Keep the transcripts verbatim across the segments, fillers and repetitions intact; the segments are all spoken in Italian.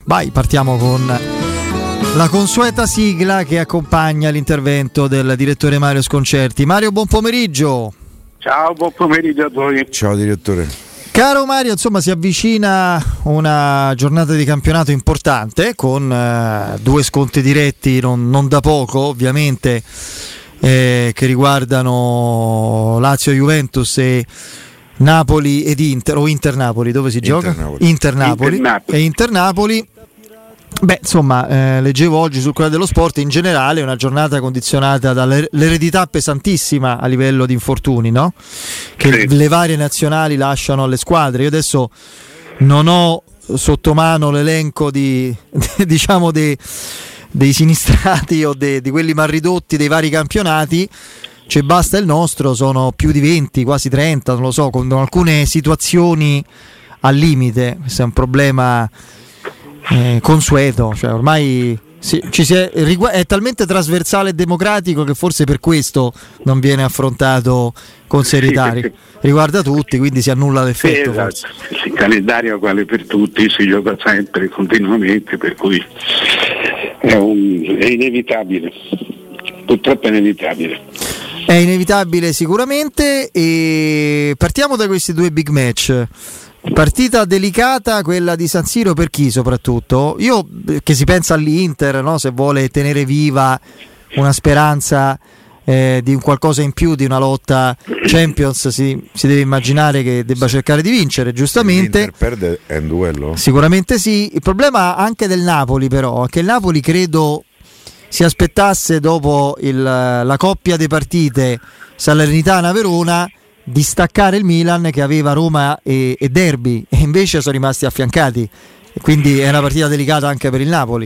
vai, partiamo con la consueta sigla che accompagna l'intervento del direttore Mario Sconcerti. Mario, buon pomeriggio. Ciao, buon pomeriggio a voi. Ciao direttore. Caro Mario, insomma si avvicina una giornata di campionato importante con eh, due scontri diretti non, non da poco ovviamente, eh, che riguardano Lazio, Juventus e Napoli ed Inter, o Inter-Napoli, dove si Inter gioca? Napoli. Inter-Napoli. Inter-Napoli. E Inter-Napoli. Beh, insomma, eh, leggevo oggi sul Corriere dello Sport, in generale una giornata condizionata dall'eredità pesantissima a livello di infortuni, no? Che sì. le varie nazionali lasciano alle squadre. Io adesso non ho sotto mano l'elenco di, diciamo dei, dei sinistrati o dei, di quelli mal ridotti dei vari campionati. Cioè basta il nostro, sono più di venti, quasi trenta, non lo so, con alcune situazioni al limite. Questo è un problema eh, consueto, cioè ormai si, ci si è, è talmente trasversale e democratico che forse per questo non viene affrontato con serietà. Sì, riguarda tutti, quindi si annulla l'effetto. Sì, esatto. Il calendario vale per tutti, si gioca sempre, continuamente, per cui è, un, è inevitabile, purtroppo è inevitabile. È inevitabile sicuramente, e partiamo da questi due big match. Partita delicata quella di San Siro, per chi soprattutto? Io che si pensa all'Inter, no? Se vuole tenere viva una speranza eh, di un qualcosa in più, di una lotta Champions, si, si deve immaginare che debba cercare di vincere, giustamente. L'Inter perde, è un duello? Sicuramente sì. Il problema anche del Napoli però è che il Napoli credo si aspettasse, dopo il, la coppia di partite Salernitana-Verona, di staccare il Milan che aveva Roma e, e Derby, e invece sono rimasti affiancati, e quindi è una partita delicata anche per il Napoli.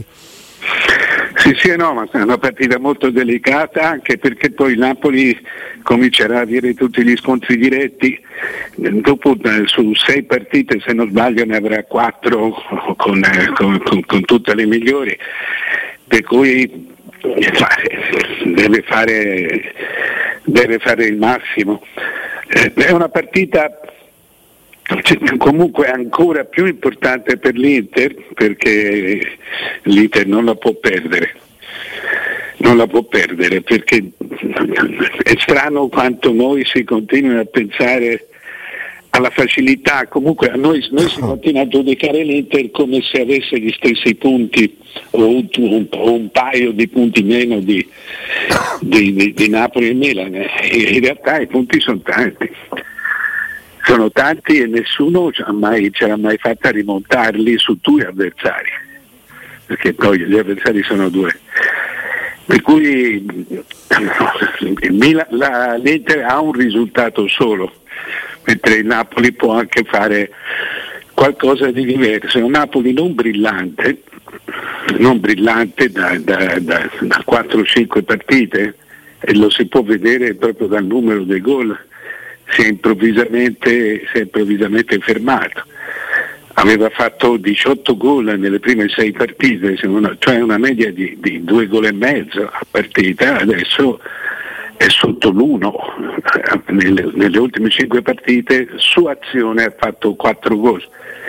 Sì, sì, no, ma è una partita molto delicata, anche perché poi il Napoli comincerà a avere tutti gli scontri diretti. Dopo su sei partite, se non sbaglio, ne avrà quattro con, con, con, con tutte le migliori, per cui deve fare, deve fare il massimo. È una partita comunque ancora più importante per l'Inter, perché l'Inter non la può perdere, non la può perdere, perché è strano quanto noi si continui a pensare alla facilità. Comunque a noi, noi si continua a giudicare l'Inter come se avesse gli stessi punti o un, un, un paio di punti meno di, di, di, di Napoli e Milan. In realtà i punti sono tanti, sono tanti e nessuno ce l'ha mai, ce l'ha mai fatta rimontarli su due avversari, perché poi gli avversari sono due. Per cui il Milan, la, l'Inter ha un risultato solo, mentre il Napoli può anche fare qualcosa di diverso. È un Napoli non brillante, non brillante da, da, da, da quattro cinque partite, e lo si può vedere proprio dal numero dei gol. Si è improvvisamente, si è improvvisamente fermato. Aveva fatto diciotto gol nelle prime sei partite, cioè una media di, di due gol e mezzo a partita. Adesso è sotto l'uno. Nelle, nelle ultime cinque partite su azione ha fatto quattro gol.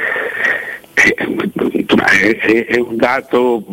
È, è, è un dato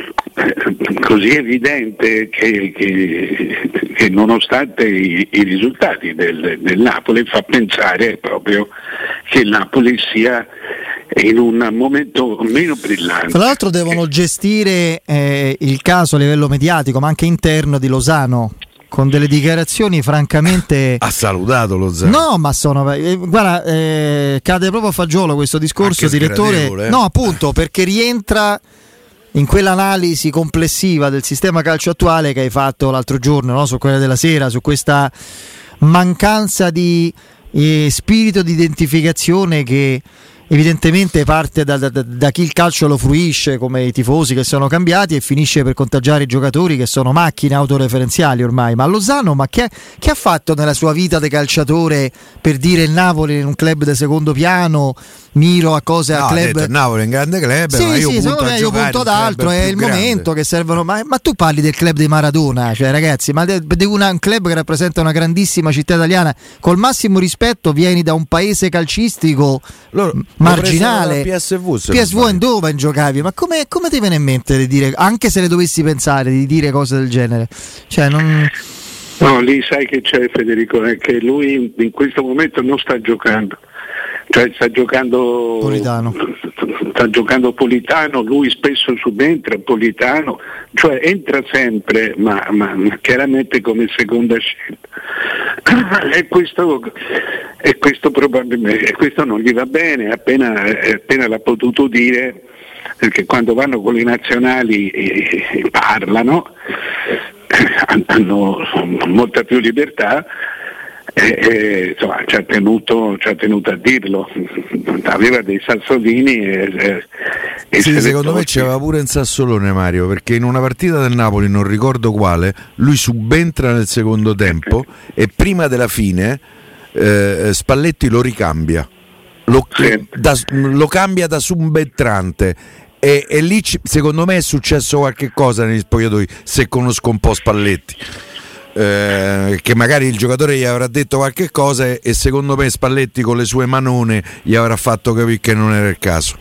così evidente che, che, che nonostante i, i risultati del, del Napoli fa pensare proprio che il Napoli sia in un momento meno brillante. Tra l'altro devono gestire eh, il caso a livello mediatico, ma anche interno, di Lozano, con delle dichiarazioni francamente... Ha salutato Lozano. No, ma sono... Eh, guarda, eh, cade proprio a fagiolo questo discorso, direttore. Eh? No, appunto, perché rientra in quell'analisi complessiva del sistema calcio attuale che hai fatto l'altro giorno, no? Su quella della sera, su questa mancanza di eh, spirito di identificazione che evidentemente parte da, da, da chi il calcio lo fruisce, come i tifosi che sono cambiati, e finisce per contagiare i giocatori che sono macchine autoreferenziali ormai. Ma Lozano, ma che, che ha fatto nella sua vita di calciatore per dire il Napoli in un club di secondo piano miro a cose no, a club. Detto, Napoli è un grande club, sì, ma io sì, punto, me, io punto ad altro, è il grande. momento che servono. Ma, ma tu parli del club di Maradona, cioè ragazzi, ma di una, un club che rappresenta una grandissima città italiana. Col massimo rispetto, vieni da un paese calcistico Loro, marginale. P S V, P S V in dove giocavi? Ma come, come ti viene in mente di dire, anche se le dovessi pensare, di dire cose del genere? Cioè non. No, lì sai che c'è, Federico, è che lui in questo momento non sta giocando, cioè sta giocando Politano, sta giocando Politano, lui spesso subentra Politano, cioè entra sempre, ma, ma chiaramente come seconda scelta. E questo, e questo probabilmente e questo non gli va bene, appena, appena l'ha potuto dire, perché quando vanno con le nazionali e, e parlano hanno molta più libertà, e, e, insomma, ci ha tenuto, ci ha tenuto a dirlo, aveva dei sassolini e, e sì, secondo me c'era pure in Sassolone, Mario, perché in una partita del Napoli, non ricordo quale, lui subentra nel secondo tempo e prima della fine eh, Spalletti lo ricambia, lo, sì. da, lo cambia da subentrante. E, e lì secondo me è successo qualche cosa negli spogliatoi, se conosco un po' Spalletti, eh, che magari il giocatore gli avrà detto qualche cosa e, e secondo me Spalletti con le sue manone gli avrà fatto capire che non era il caso.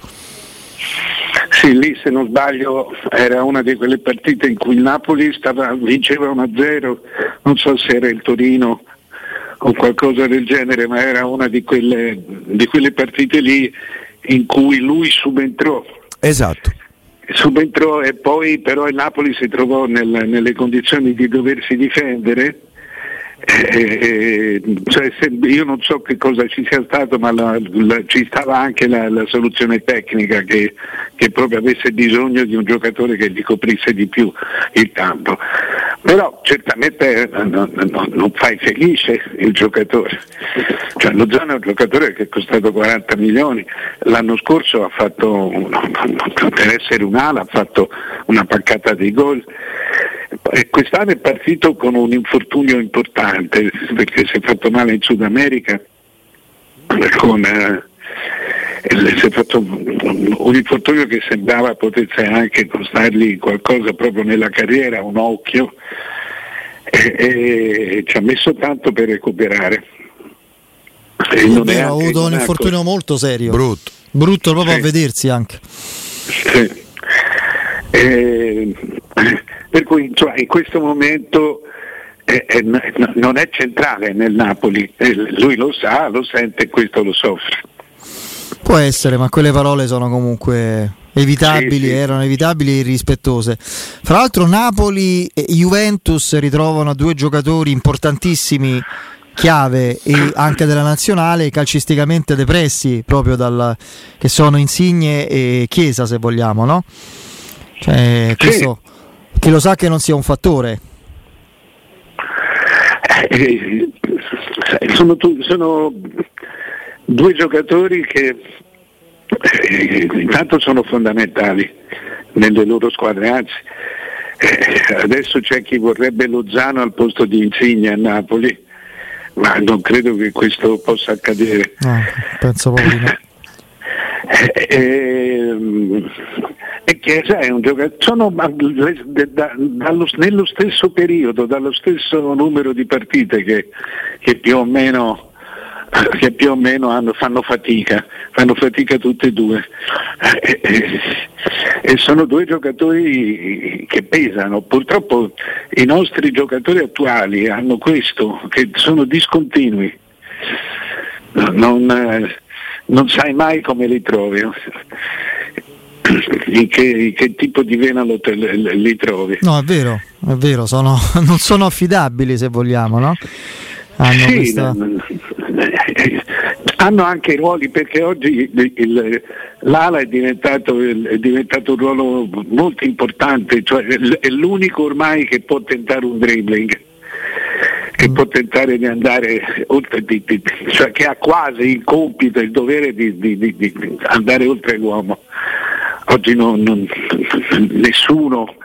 Sì, lì se non sbaglio era una di quelle partite in cui il Napoli stava, vinceva uno a zero, non so se era il Torino o qualcosa del genere, ma era una di quelle, di quelle partite lì in cui lui subentrò. Esatto. Subentrò e poi però il Napoli si trovò nel, nelle condizioni di doversi difendere. Eh, cioè, se, io non so che cosa ci sia stato, ma la, la, ci stava anche la, la soluzione tecnica che, che proprio avesse bisogno di un giocatore che gli coprisse di più il campo. Però certamente non, non, non fai felice il giocatore, cioè Lozano è un giocatore che è costato quaranta milioni, l'anno scorso ha fatto, per essere un'ala, ha fatto una paccata di gol. E quest'anno è partito con un infortunio importante perché si è fatto male in Sud America, con, eh, si è fatto un infortunio che sembrava potesse anche costargli qualcosa proprio nella carriera, un occhio, e, e ci ha messo tanto per recuperare. E non vero, ha avuto un infortunio molto serio, brutto, brutto proprio sì. A vedersi anche. Sì. Eh, per cui insomma, in questo momento eh, eh, non è centrale nel Napoli, eh, lui lo sa, lo sente e questo lo soffre. Può essere, ma quelle parole sono comunque evitabili, sì, sì. Erano evitabili e irrispettose. Fra l'altro Napoli e Juventus ritrovano due giocatori importantissimi, chiave e anche della nazionale, calcisticamente depressi proprio dal, che sono Insigne e Chiesa, se vogliamo, no? Cioè, questo sì. Chi lo sa che non sia un fattore. Eh, sono, sono due giocatori che eh, intanto sono fondamentali nelle loro squadre, anzi eh, adesso c'è chi vorrebbe Lozano al posto di Insigne a Napoli, ma non credo che questo possa accadere. No, penso proprio di no. Eh, eh, e Chiesa è un giocatore, sono da, dallo, nello stesso periodo, dallo stesso numero di partite che, che più o meno che più o meno hanno, fanno fatica, fanno fatica tutte e due, e, e, e sono due giocatori che pesano. Purtroppo i nostri giocatori attuali hanno questo, che sono discontinui, non, non sai mai come li trovi, in che, in che tipo di vena lo te, li trovi. No, è vero, è vero, sono, non sono affidabili, se vogliamo, no? Hanno, sì, questa... hanno anche i ruoli, perché oggi il, il, l'ala è diventato, è diventato un ruolo molto importante, cioè è l'unico ormai che può tentare un dribbling, che mm. può tentare di andare oltre, di, di, cioè che ha quasi il compito e il dovere di, di, di, di andare oltre l'uomo. Oggi non, non, nessuno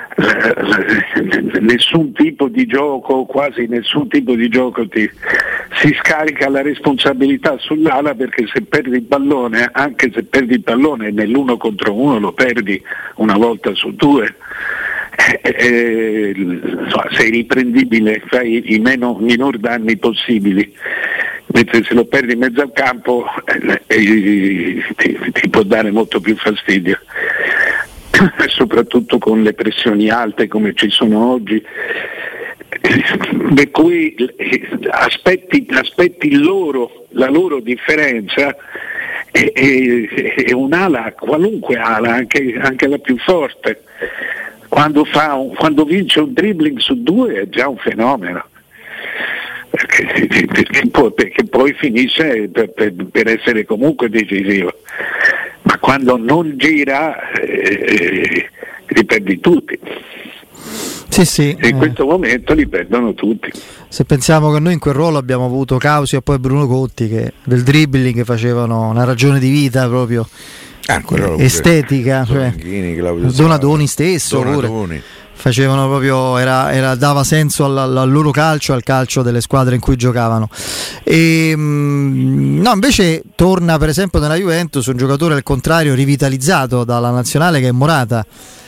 nessun tipo di gioco, quasi nessun tipo di gioco ti si scarica la responsabilità sull'ala, perché se perdi il pallone, anche se perdi il pallone nell'uno contro uno lo perdi una volta su due, eh, eh, insomma, sei riprendibile, fai i meno, minor danni possibili, mentre se lo perdi in mezzo al campo eh, eh, ti, ti può dare molto più fastidio, soprattutto con le pressioni alte come ci sono oggi, per cui aspetti, aspetti loro, la loro differenza è, è, è un'ala, qualunque ala, anche, anche la più forte, quando, fa un, quando vince un dribbling su due è già un fenomeno, perché, perché, poi, perché poi finisce per, per, per essere comunque decisivo, ma quando non gira eh, li perdi tutti. Sì, sì, e in eh. questo momento li perdono tutti. Se pensiamo che noi in quel ruolo abbiamo avuto Causi e poi Bruno Cotti, che del dribbling facevano una ragione di vita proprio, ah, estetica, cioè, Donadoni stesso Donadoni. Pure facevano proprio, era, era, dava senso al, al loro calcio, al calcio delle squadre in cui giocavano. E, mh, no, invece torna per esempio nella Juventus un giocatore al contrario rivitalizzato dalla nazionale, che è Morata,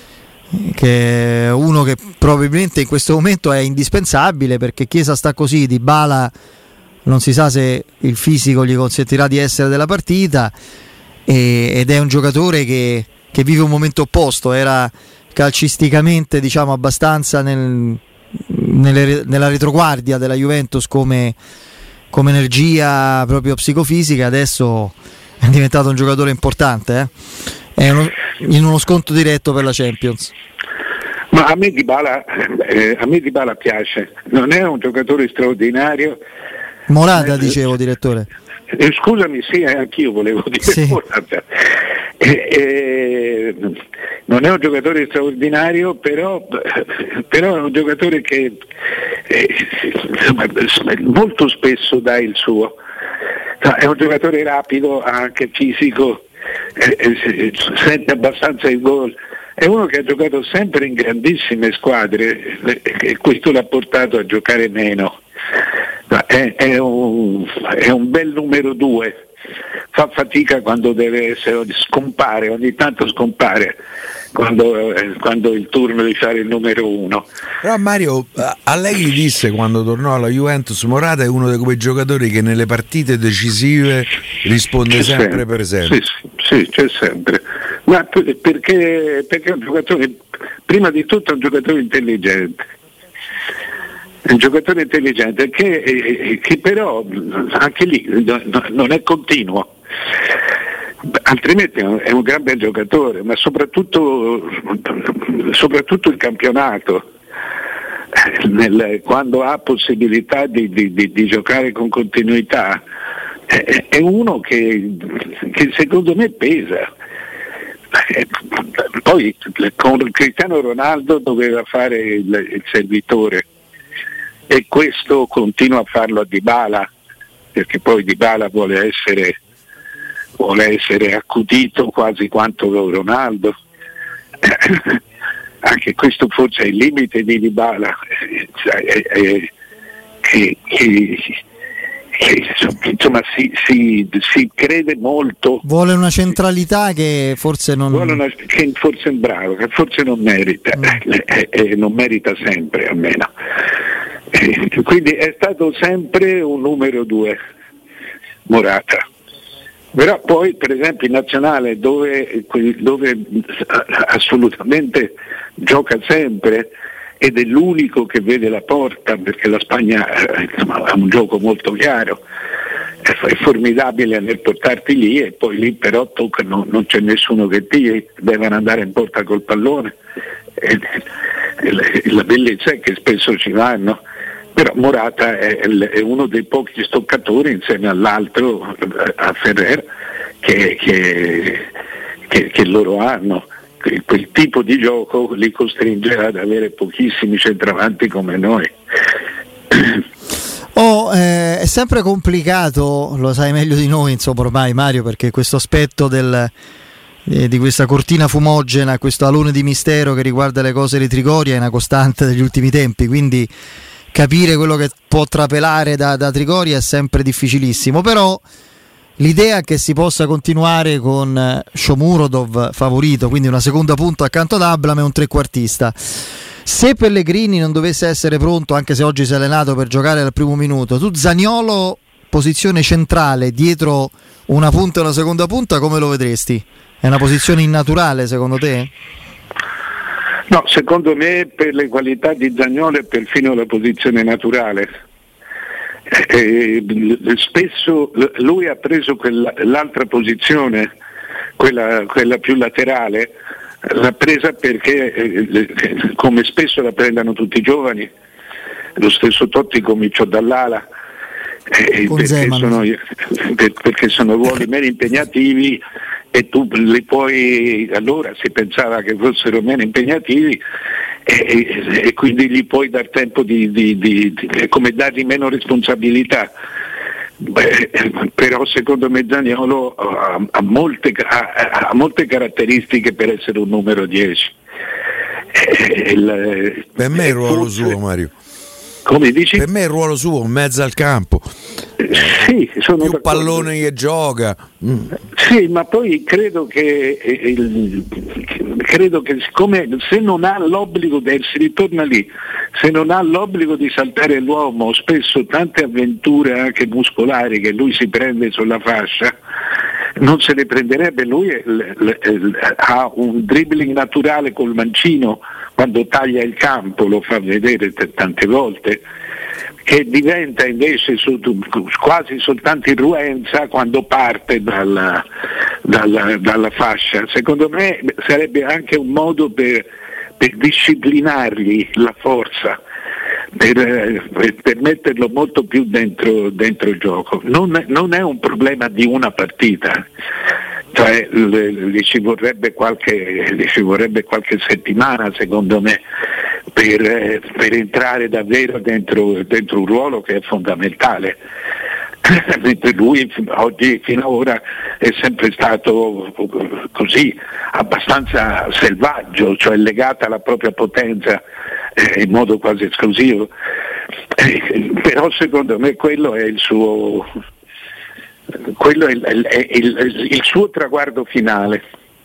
che è uno che probabilmente in questo momento è indispensabile, perché Chiesa sta così, Dybala non si sa se il fisico gli consentirà di essere della partita, e, ed è un giocatore che, che vive un momento opposto, era calcisticamente diciamo abbastanza nel, nelle, nella retroguardia della Juventus come, come energia proprio psicofisica, adesso è diventato un giocatore importante, eh? È uno, in uno sconto diretto per la Champions. Ma a me Dybala, eh, a me Dybala piace, non è un giocatore straordinario. Morata, eh, dicevo, direttore. Eh, scusami, sì, anch'io volevo dire sì. Morata. Eh, eh, non è un giocatore straordinario, però, però è un giocatore che eh, molto spesso dà il suo. È un giocatore rapido, anche fisico, eh, eh, sente abbastanza il gol. È uno che ha giocato sempre in grandissime squadre e questo l'ha portato a giocare meno. È, è, un, è un bel numero due, fa fatica quando deve essere, scompare, ogni tanto scompare quando, eh, quando è il turno di fare il numero uno. Però Mario, Allegri disse quando tornò alla Juventus, Morata è uno di quei giocatori che nelle partite decisive risponde c'è sempre, sempre presente. Sì, sì, sì, c'è sempre. Ma perché, perché è un giocatore, prima di tutto è un giocatore intelligente. È un giocatore intelligente che, che però anche lì non è continuo, altrimenti è un gran bel giocatore, ma soprattutto, soprattutto il campionato, nel, quando ha possibilità di, di, di, di giocare con continuità, è, è uno che, che secondo me pesa. Poi con Cristiano Ronaldo doveva fare il, il servitore, e questo continua a farlo a Dybala, perché poi Dybala vuole essere, vuole essere accudito quasi quanto Ronaldo. Anche questo forse è il limite di Dybala, eh, eh, che, che, che insomma si, si, si crede molto. Vuole una centralità che forse non vuole una, che forse è bravo, che forse non merita, mm. eh, eh, non merita sempre almeno. Quindi è stato sempre un numero due Morata, però poi per esempio in nazionale dove, dove assolutamente gioca sempre ed è l'unico che vede la porta, perché la Spagna insomma, ha un gioco molto chiaro, è formidabile nel portarti lì, e poi lì però tocca, no, non c'è nessuno che tiri, devono andare in porta col pallone, e, e la bellezza è che spesso ci vanno. Però Morata è, è uno dei pochi stoccatori insieme all'altro, a Ferrer, che, che, che, che loro hanno. Quel tipo di gioco li costringe ad avere pochissimi centravanti come noi. Oh, eh, è sempre complicato, lo sai meglio di noi insomma ormai Mario, perché questo aspetto del, eh, di questa cortina fumogena, questo alone di mistero che riguarda le cose di Trigoria è una costante degli ultimi tempi, quindi capire quello che può trapelare da, da Trigoria è sempre difficilissimo, però l'idea è che si possa continuare con Shomurodov favorito, quindi una seconda punta accanto ad Abram e un trequartista. Se Pellegrini non dovesse essere pronto, anche se oggi si è allenato per giocare al primo minuto, tu Zaniolo posizione centrale dietro una punta e una seconda punta, come lo vedresti? È una posizione innaturale secondo te? No, secondo me per le qualità di Zaniolo è perfino la posizione naturale. Eh, spesso lui ha preso quella, l'altra posizione, quella, quella più laterale, l'ha presa perché eh, come spesso la prendono tutti i giovani, lo stesso Totti cominciò dall'ala eh, perché, sono, perché sono ruoli meno impegnativi e tu li puoi, allora si pensava che fossero meno impegnativi e, e, e quindi gli puoi dar tempo di, di, di, di come dargli meno responsabilità. Beh, però secondo me Zaniolo ha, ha, molte, ha, ha molte caratteristiche per essere un numero dieci. E, il, per me è il ruolo forse, suo, Mario. Come dici? Per me è il ruolo suo, in mezzo al campo. Sì, sono più d'accordo. Pallone che gioca. Mm. Sì, ma poi credo che il, credo che siccome se non ha l'obbligo di, si ritorna lì, se non ha l'obbligo di saltare l'uomo, spesso tante avventure anche muscolari che lui si prende sulla fascia, non se le prenderebbe. Lui è, è, è, ha un dribbling naturale col mancino quando taglia il campo, lo fa vedere t- tante volte, che diventa invece su, quasi soltanto irruenza quando parte dalla, dalla, dalla fascia. Secondo me sarebbe anche un modo per, per disciplinargli la forza, per, per metterlo molto più dentro, dentro il gioco. Non, non è un problema di una partita, cioè gli ci vorrebbe qualche, gli ci vorrebbe qualche settimana secondo me per, per entrare davvero dentro, dentro un ruolo che è fondamentale. Mentre lui oggi fino ad ora è sempre stato così abbastanza selvaggio, cioè legato alla propria potenza eh, in modo quasi esclusivo, eh, però secondo me quello è il suo quello è il, è il, è il, il suo traguardo finale.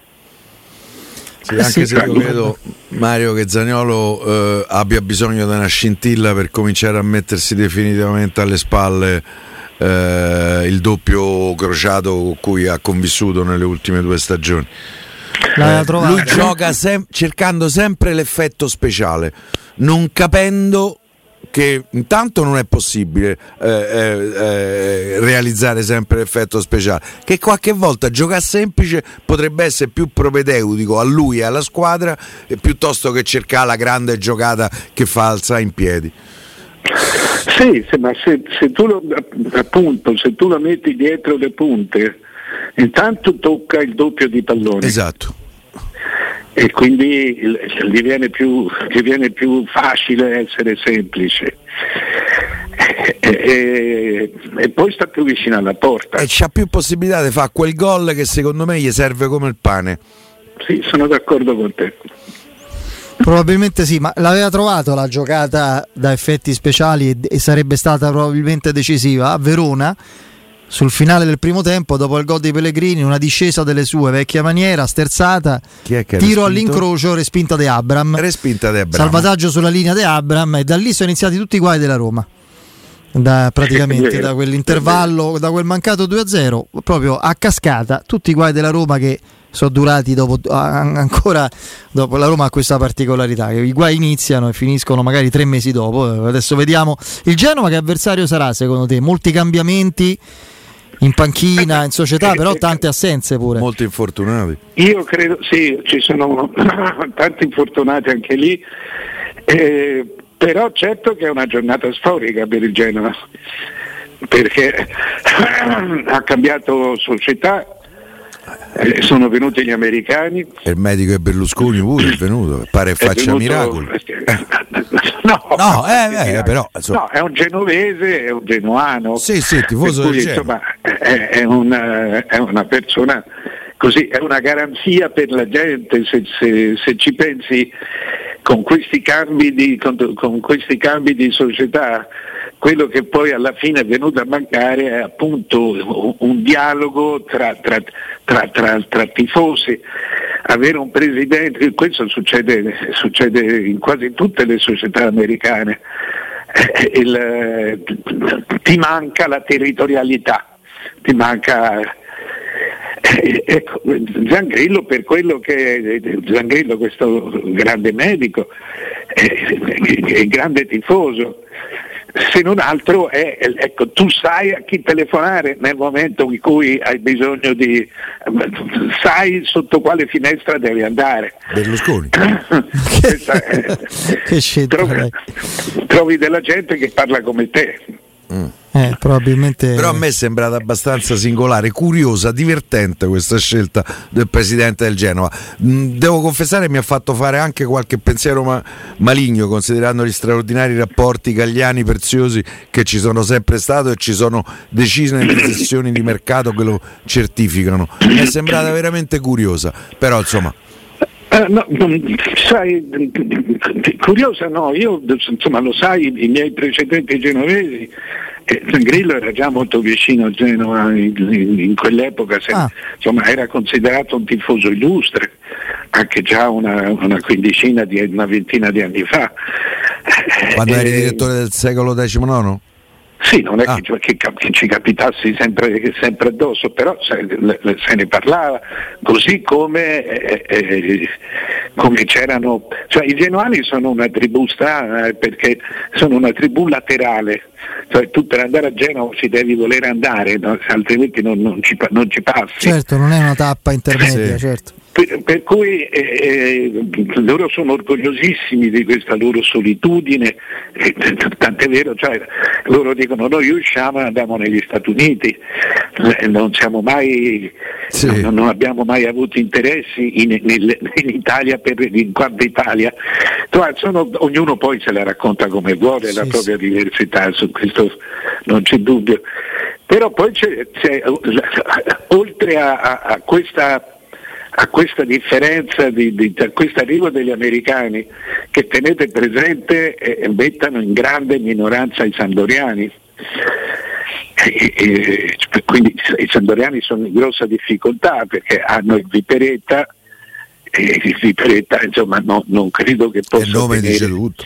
Sì, anche sì, se io credo, Mario, che Zaniolo eh, abbia bisogno di una scintilla per cominciare a mettersi definitivamente alle spalle eh, il doppio crociato con cui ha convissuto nelle ultime due stagioni. Eh, lui gioca sem- cercando sempre l'effetto speciale, non capendo che intanto non è possibile eh, eh, realizzare sempre l'effetto speciale, che qualche volta giocare semplice potrebbe essere più propedeutico a lui e alla squadra eh, piuttosto che cercare la grande giocata che fa alzare in piedi. Sì, se, ma se, se tu lo appunto se tu lo metti dietro le punte intanto tocca il doppio di pallone. Esatto. E quindi gli viene più, gli viene più facile essere semplice e, e, e poi sta più vicino alla porta e c'ha più possibilità di fare quel gol che secondo me gli serve come il pane. Sì, sono d'accordo con te. Probabilmente sì, ma l'aveva trovato la giocata da effetti speciali e, e sarebbe stata probabilmente decisiva a Verona sul finale del primo tempo, dopo il gol di Pellegrini, una discesa delle sue vecchia maniera, sterzata, tiro respinto? All'incrocio, respinta di Abram, respinta di Abram, salvataggio sulla linea di Abram, e da lì sono iniziati tutti i guai della Roma, da, praticamente da quell'intervallo, da quel mancato due a zero, proprio a cascata, tutti i guai della Roma che sono durati dopo, ancora dopo. La Roma ha questa particolarità che i guai iniziano e finiscono magari tre mesi dopo. Adesso vediamo il Genova che avversario sarà secondo te? Molti cambiamenti in panchina, in società, però tante assenze pure. Molti infortunati. Io credo, sì, ci sono tanti infortunati anche lì, eh, però certo che è una giornata storica per il Genova, perché ha cambiato società, eh, sono venuti gli americani. E il medico è Berlusconi pure è venuto, pare è faccia venuto, miracoli. No, no eh, eh, però, insomma. No, è un genovese, è un genoano. Sì, sì, tifoso cui, del insomma, è, è, una, è una persona così, è una garanzia per la gente, se, se, se ci pensi. con questi cambi di, con, con questi cambi di società, quello che poi alla fine è venuto a mancare è appunto un, un dialogo tra, tra, tra, tra, tra tifosi. Avere un presidente, questo succede, succede in quasi tutte le società americane, eh, il, ti manca la territorialità, ti manca. Eh, ecco, Zangrillo, per quello che Zangrillo, questo grande medico, è, è grande tifoso, se non altro è, ecco, tu sai a chi telefonare nel momento in cui hai bisogno di, sai sotto quale finestra devi andare. Berlusconi. Che scelta, trovi, trovi della gente che parla come te. Mm. Eh, probabilmente... Però a me è sembrata abbastanza singolare, curiosa, divertente questa scelta del presidente del Genova. Devo confessare, mi ha fatto fare anche qualche pensiero ma- maligno, considerando gli straordinari rapporti Galliani preziosi che ci sono sempre stati e ci sono decine di sessioni di mercato che lo certificano. Mi è sembrata veramente curiosa, però insomma. Uh, no, non, sai, curiosa no, io insomma lo sai, i miei precedenti genovesi, eh, Grillo era già molto vicino a Genova in, in, in quell'epoca, se, ah. insomma era considerato un tifoso illustre, anche già una, una quindicina di una ventina di anni fa. Quando eh, eri direttore del secolo diciannove? Sì, non è ah. che, che, che ci capitassi sempre, sempre addosso, però se, se ne parlava, così come, eh, eh, come c'erano, cioè i genuani sono una tribù strana, eh, perché sono una tribù laterale, cioè tu per andare a Genova ci devi voler andare, no? Altrimenti non, non, ci, non ci passi. Certo, non è una tappa intermedia, sì. certo. Per, per cui eh, loro sono orgogliosissimi di questa loro solitudine, eh, tant'è vero, cioè loro dicono noi usciamo e andiamo negli Stati Uniti, eh, non siamo mai, sì. non, non abbiamo mai avuto interessi in, in, in Italia, per, in quanto Italia, cioè, sono, ognuno poi se la racconta come vuole, sì, la propria sì. diversità, su questo non c'è dubbio, però poi c'è, c'è oltre a, a, a questa a questa differenza, di, di, a questo arrivo degli americani, che tenete presente eh, mettano in grande minoranza i sandoriani. E, e, quindi i sandoriani sono in grossa difficoltà perché hanno il Viperetta e il Viperetta insomma no, non credo che possa il nome tenere... dice tutto.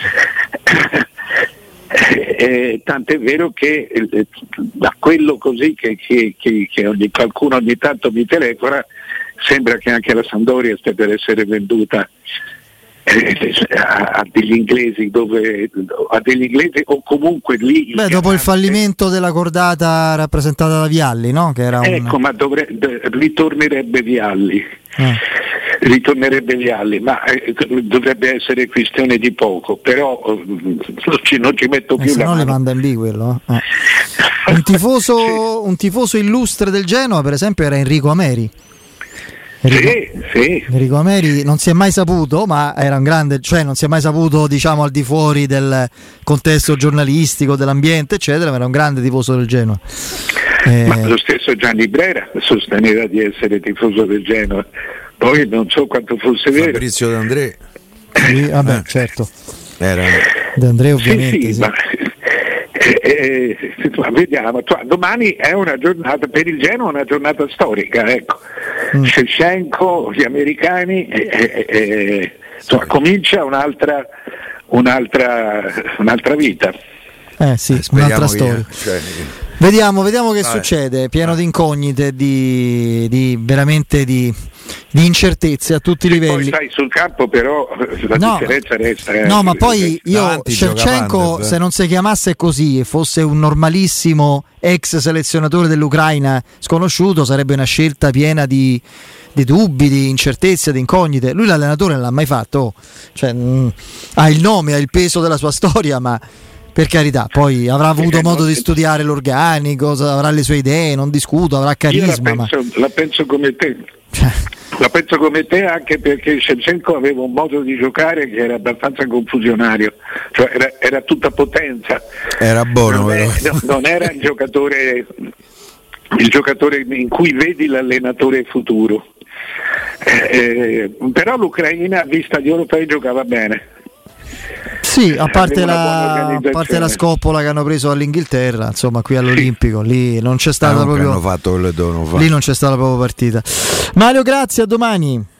Eh, tant'è vero che eh, da quello così che, che, che, che ogni, qualcuno ogni tanto mi telefona, sembra che anche la Sampdoria stia per essere venduta eh, a, a degli inglesi, dove a degli inglesi o comunque lì. Beh, dopo il fallimento della cordata rappresentata da Vialli, no? Che era un... Ecco, ma dovre, ritornerebbe Vialli. Eh. ritornerebbe Vialli, ma eh, dovrebbe essere questione di poco, però eh, non, ci, non ci metto eh, più se la no mano. le manda in B quello eh. un, tifoso, sì. un tifoso illustre del Genoa per esempio era Enrico Ameri. Enrico, sì, sì. Enrico Ameri non si è mai saputo, ma era un grande, cioè non si è mai saputo diciamo al di fuori del contesto giornalistico, dell'ambiente eccetera, ma era un grande tifoso del Genoa. Eh, ma lo stesso Gianni Brera sosteneva di essere tifoso del Genoa, poi non so quanto fosse vero. Fabrizio D'André. Sì, vabbè, eh. certo. Era D'André ovviamente. Sì, sì, sì. Ma, eh, eh, vediamo, domani è una giornata per il Genoa, una giornata storica, ecco. Mm. Shevchenko, gli americani, eh, eh, insomma, comincia un'altra, un'altra, un'altra vita. Eh sì, un'altra storia. Cioè... Vediamo, vediamo che Vabbè. succede, pieno di incognite, di, di veramente di, di incertezze a tutti i livelli. Poi sai, sul campo però la no, differenza resta. Eh, no, ma poi io Shevchenko, se non si chiamasse così e fosse un normalissimo ex selezionatore dell'Ucraina sconosciuto, sarebbe una scelta piena di, di dubbi, di incertezze, di incognite. Lui l'allenatore non l'ha mai fatto, oh. cioè, mh, ha il nome, ha il peso della sua storia, ma per carità, poi avrà avuto modo di studiare l'organico, avrà le sue idee, non discuto, avrà carisma. Io la penso, ma... la penso come te. La penso come te anche perché Shevchenko aveva un modo di giocare che era abbastanza confusionario, cioè era, era tutta potenza. Era buono, non, è, no, non era il giocatore, il giocatore in cui vedi l'allenatore futuro. eh, però l'Ucraina a vista di europei giocava bene. Sì, a parte, la, a parte la scoppola che hanno preso all'Inghilterra, insomma, qui all'Olimpico, lì non c'è stata ah, proprio hanno fatto quello che dovevano fare. Lì non c'è stata proprio partita. Mario, grazie, a domani.